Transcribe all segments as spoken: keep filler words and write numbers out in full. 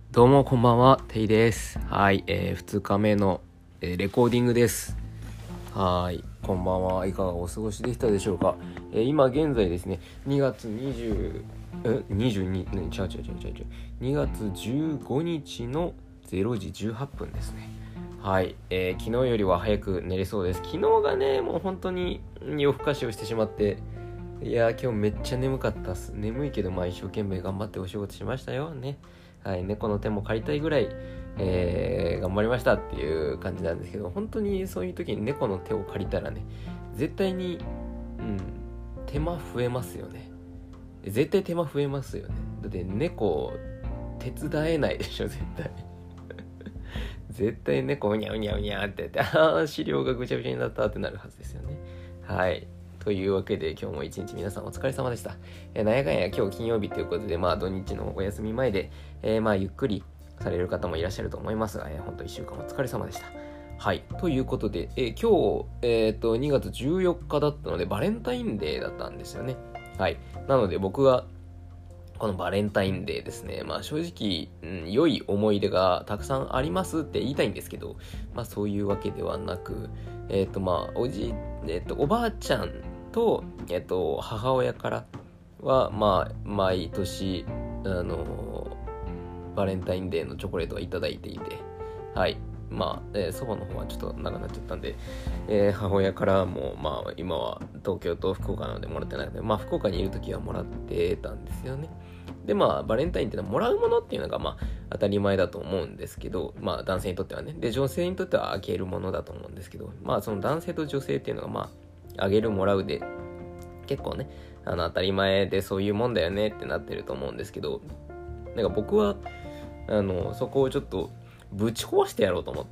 どうもこんばんは、テイです。はい、えー、ふつかめの、えー、レコーディングです。はい、こんばんは。いかがお過ごしでしたでしょうか。えー、今現在ですね、にがつにじゅう、え、にじゅうに、ね、ちゃうちゃうちゃうちゃうちゃう、にがつじゅうごにちのれいじじゅうはっぷんですね。はい、えー、昨日よりは早く寝れそうです。昨日がね、もう本当に夜更かしをしてしまって、いやー今日めっちゃ眠かったっす。眠いけどまあ一生懸命頑張ってお仕事しましたよね。はい、猫の手も借りたいぐらい、えー、頑張りましたっていう感じなんですけど、本当にそういう時に猫の手を借りたらね、絶対に、うん、手間増えますよね。絶対手間増えますよね。だって猫手伝えないでしょ、絶対。絶対猫うにゃうにゃうにゃって言って、ああ、資料がぐちゃぐちゃになったってなるはずですよね。はい。というわけで今日も一日皆さんお疲れ様でした。えー、なんやかんや今日金曜日ということで、まあ土日のお休み前で、えー、まあゆっくりされる方もいらっしゃると思いますが、えー、ほんといっしゅうかんお疲れ様でした。はい。ということで、えー、今日、えっと、にがつじゅうよっかだったので、バレンタインデーだったんですよね。はい。なので僕が、このバレンタインデーですね。まあ正直、うん、良い思い出がたくさんありますって言いたいんですけど、まあそういうわけではなく、えっ、ー、とまあ、おじ、えっ、ー、と、おばあちゃんと、えっ、ー、と、母親からは、まあ、毎年、あのー、バレンタインデーのチョコレートはいただいていて、はい。まあ、えー、祖母の方はちょっと長くなっちゃったんで、えー、母親からも、まあ、今は東京と福岡なのでもらってないので、まあ、福岡にいるときはもらってたんですよね。で、まあ、バレンタインっていうのはもらうものっていうのが、まあ、当たり前だと思うんですけど、まあ、男性にとってはね。で、女性にとってはあげるものだと思うんですけど、まあ、その男性と女性っていうのが、まあ、あげるもらうで、結構ね、あの、当たり前でそういうもんだよねってなってると思うんですけど、なんか僕は、あの、そこをちょっと、ぶち壊してやろうと思って、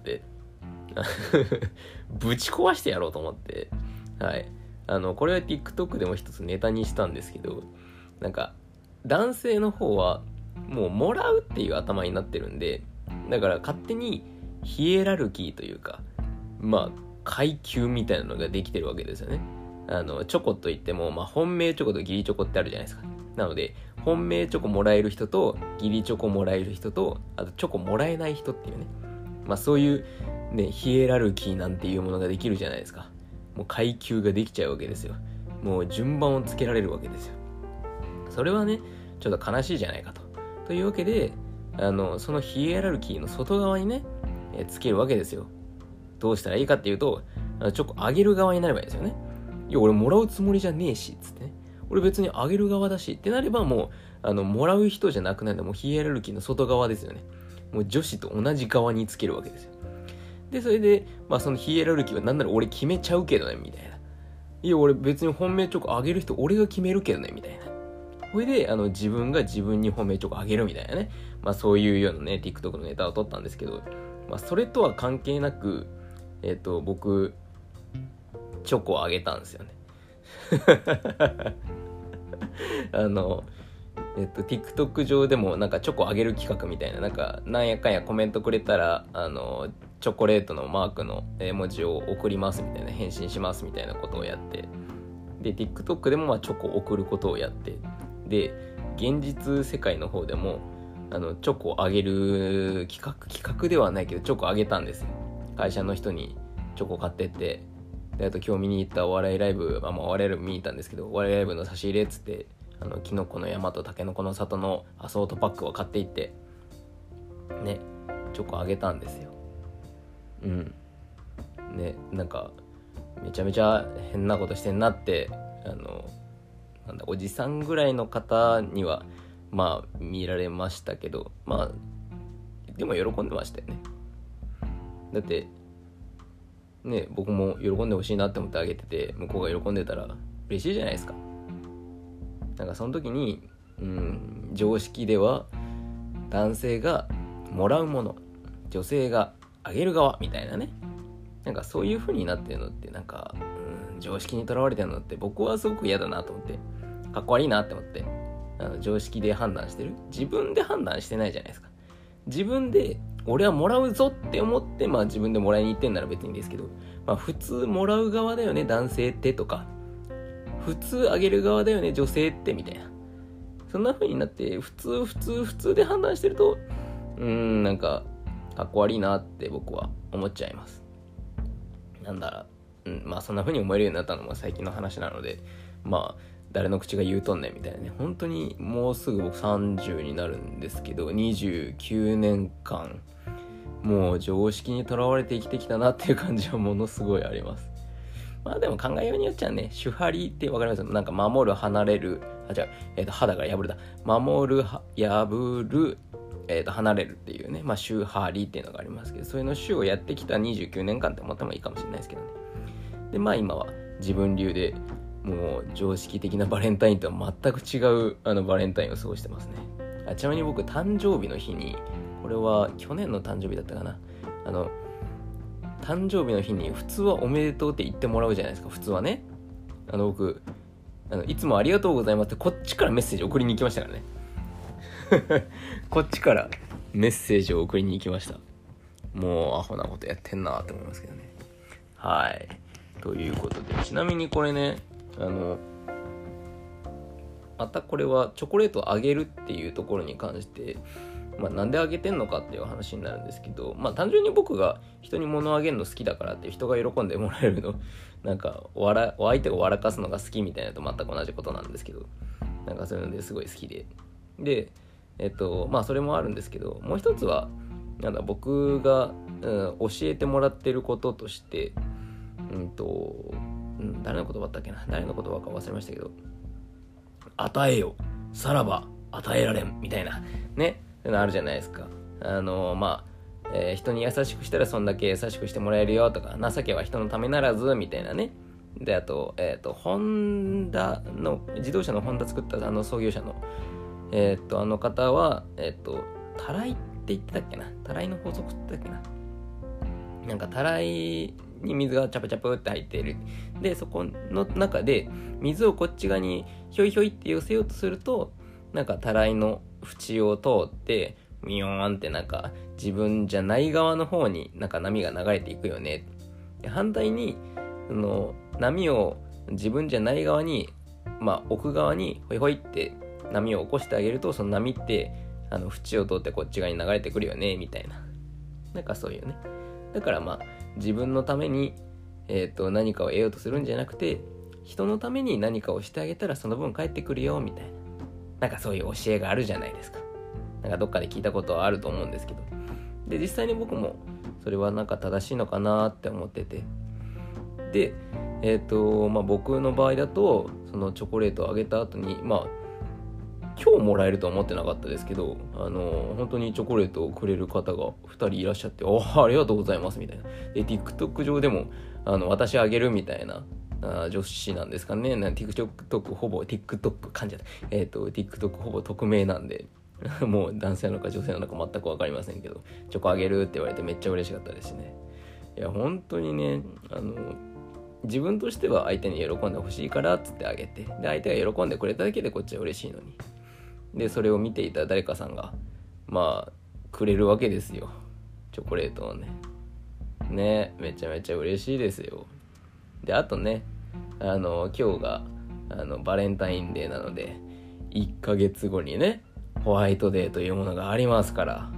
ぶち壊してやろうと思って、はい。あの、これは TikTok でも一つネタにしたんですけど、なんか、男性の方は、もうもらうっていう頭になってるんで、だから勝手にヒエラルキーというか、まあ、階級みたいなのができてるわけですよね。あの、チョコといっても、まあ、本命チョコと義理チョコってあるじゃないですか。なので、本命チョコもらえる人と、義理チョコもらえる人と、あとチョコもらえない人っていうね。まあそういうね、ヒエラルキーなんていうものができるじゃないですか。もう階級ができちゃうわけですよ。もう順番をつけられるわけですよ。それはね、ちょっと悲しいじゃないかと。というわけで、あの、そのヒエラルキーの外側にね、えつけるわけですよ。どうしたらいいかっていうと、チョコあげる側になればいいですよね。いや、俺もらうつもりじゃねえし、つってね。俺別にあげる側だしってなればもう、あの、もらう人じゃなくなるのもヒエラルキーの外側ですよね。もう女子と同じ側につけるわけですよ。で、それで、まあそのヒエラルキーはなんなら俺決めちゃうけどね、みたいな。いや、俺別に本命チョコあげる人俺が決めるけどね、みたいな。これで、あの、自分が自分に本命チョコあげるみたいなね。まあそういうようなね、TikTok のネタを撮ったんですけど、まあそれとは関係なく、えっと、僕、チョコをあげたんですよね。あの、えっと、TikTok 上でもなんかチョコあげる企画みたいな、なんか、なんやかんやコメントくれたら、あの、チョコレートのマークの絵文字を送りますみたいな、返信しますみたいなことをやって、で、TikTok でもまあチョコを送ることをやって、で、現実世界の方でも、あの、チョコをあげる企画、企画ではないけど、チョコあげたんですよ。会社の人にチョコ買ってって、で、あと今日見に行ったお笑いライブ、まあ、まあお笑いライブ見に行ったんですけど、お笑いライブの差し入れっつって、あの、キノコの山とタケノコの里のアソートパックを買っていって、ね、チョコあげたんですよ。うん。ね、なんか、めちゃめちゃ変なことしてんなって、あの、なんだ、おじさんぐらいの方には、まあ、見られましたけど、まあ、でも喜んでましたよね。だって、ね、僕も喜んでほしいなって思ってあげてて、向こうが喜んでたら嬉しいじゃないですか。なんかその時に、うん、常識では男性がもらうもの、女性があげる側みたいなね。なんかそういう風になってるのってなんか、うん、常識にとらわれてるのって僕はすごく嫌だなと思って、かっこ悪いなって思って、あの常識で判断してる。自分で判断してないじゃないですか。自分で俺はもらうぞって思って、まあ自分でもらいに行ってんなら別にいいんですけど、まあ普通もらう側だよね、男性ってとか、普通あげる側だよね、女性ってみたいな。そんな風になって、普通普通普通で判断してると、 うーんなんかかっこ悪いなって僕は思っちゃいます。なんだら、うん、まあそんな風に思えるようになったのも最近の話なので、まあ誰の口が言うとんねんみたいなね。本当にもうすぐ僕さんじゅうになるんですけど、にじゅうきゅうねんかんもう常識にとらわれて生きてきたなっていう感じはものすごいあります。まあでも考えようによっちゃね、手張りってわかります？なんか守る、離れる、あ、じゃあ、えっ、ー、と、肌から破るだ。守る、破る、えっ、ー、と、離れるっていうね、まあ、手張りっていうのがありますけど、それの手をやってきたにじゅうきゅうねんかんって思ってもいいかもしれないですけどね。で、まあ今は自分流でもう常識的なバレンタインとは全く違うあのバレンタインを過ごしてますね。あ、ちなみに僕、誕生日の日に、これは去年の誕生日だったかな。あの、誕生日の日に普通はおめでとうって言ってもらうじゃないですか。普通はね、あの僕あのいつもありがとうございますってこっちからメッセージ送りに行きましたからねこっちからメッセージを送りに行きました。もうアホなことやってんなと思いますけどね。はいということで、ちなみにこれね、あのまたこれはチョコレートをあげるっていうところに関してまあ、なんであげてんのかっていう話になるんですけど、まあ単純に僕が人に物をあげるの好きだからっていう、人が喜んでもらえるのなんか笑お相手を笑かすのが好きみたいなのと全く同じことなんですけど、なんかそういうのですごい好きで、でえっとまあそれもあるんですけど、もう一つはなんだ僕が、うん、教えてもらってることとして、うんと、うん、誰の言葉だったっけな、誰の言葉か忘れましたけど、与えよさらば与えられんみたいなね、あるじゃないですか。あのまあ、えー、人に優しくしたらそんだけ優しくしてもらえるよとか、情けは人のためならずみたいなね。で、あと、えっと、ホンダの、自動車のホンダ作ったあの創業者の、えっと、あの方は、えっと、たらいって言ってたっけな、たらいの法則って言ってたっけな。なんか、たらいに水がチャプチャプって入っている。で、そこの中で、水をこっち側にひょいひょいって寄せようとすると、なんかたらいの縁を通ってミヨーンってなんか自分じゃない側の方になんか波が流れていくよね。で反対にその波を自分じゃない側にまあ奥側にホイホイって波を起こしてあげると、その波ってあの縁を通ってこっち側に流れてくるよねみたいな、なんかそういうね。だからまあ自分のためにえっと何かを得ようとするんじゃなくて、人のために何かをしてあげたらその分返ってくるよみたいな、なんかそういう教えがあるじゃないですか。なんかどっかで聞いたことはあると思うんですけど、で実際に僕もそれはなんか正しいのかなって思ってて、でえっとまあ僕の場合だとそのチョコレートをあげた後にまあ今日もらえるとは思ってなかったですけど、あの本当にチョコレートをくれる方がふたりいらっしゃって、おありがとうございますみたいな。で TikTok 上でもあの私あげるみたいなあ女子なんですかね。なん TikTok ほぼ TikTok 噛んじゃった。えっと TikTok ほぼ匿名なんでもう男性なのか女性なのか全く分かりませんけど、チョコあげるって言われてめっちゃ嬉しかったですね。いや本当にね、あの自分としては相手に喜んでほしいからっつってあげて、で相手が喜んでくれただけでこっちは嬉しいのに、でそれを見ていた誰かさんがまあくれるわけですよ、チョコレートをね。ね、めちゃめちゃ嬉しいですよ。であとね、あの今日があのバレンタインデーなので、いっかげつごにねホワイトデーというものがありますから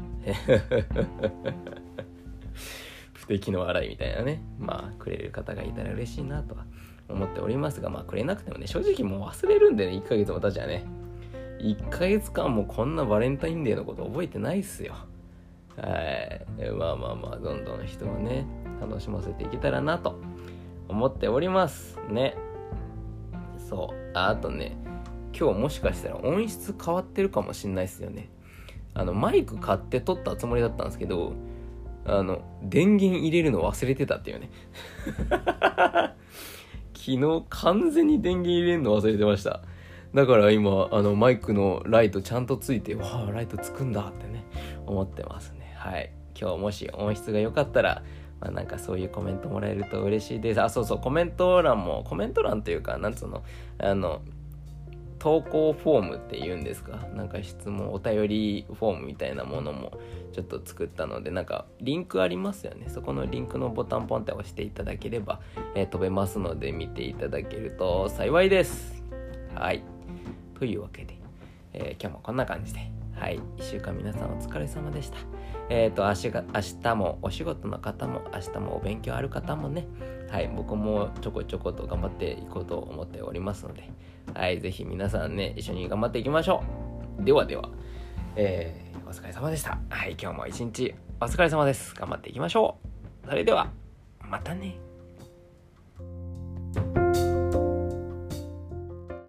不敵の笑いみたいなね、まあくれる方がいたら嬉しいなとは思っておりますが、まあくれなくてもね、正直もう忘れるんでね、いっかげつも経ちゃね、いっかげつかんもこんなバレンタインデーのこと覚えてないっすよ。はい、まあまあまあどんどん人をね楽しませていけたらなと思っておりますね。そう、あ、あとね、今日もしかしたら音質変わってるかもしんないっすよね。あのマイク買って撮ったつもりだったんですけど、あの電源入れるの忘れてたっていうね昨日完全に電源入れるの忘れてました。だから今あのマイクのライトちゃんとついて、わあライトつくんだってね思ってますね。はい、今日もし音質が良かったら、まあ、なんかそういうコメントもらえると嬉しいです。あ、そうそう、コメント欄もコメント欄というか、なんつうの、あの投稿フォームっていうんですか、なんか質問お便りフォームみたいなものもちょっと作ったので、なんかリンクありますよね。そこのリンクのボタンポンって押していただければ、えー、飛べますので見ていただけると幸いです。はい、というわけで、えー、今日もこんな感じで、 はい、いっしゅうかん皆さんお疲れ様でした。えっと明日が明日もお仕事の方も、明日もお勉強ある方もね、はい、僕もちょこちょこと頑張っていこうと思っておりますので、はい、ぜひ皆さんね一緒に頑張っていきましょう。ではでは、えー、お疲れ様でした。はい、今日も一日お疲れ様です。頑張っていきましょう。それではまたね。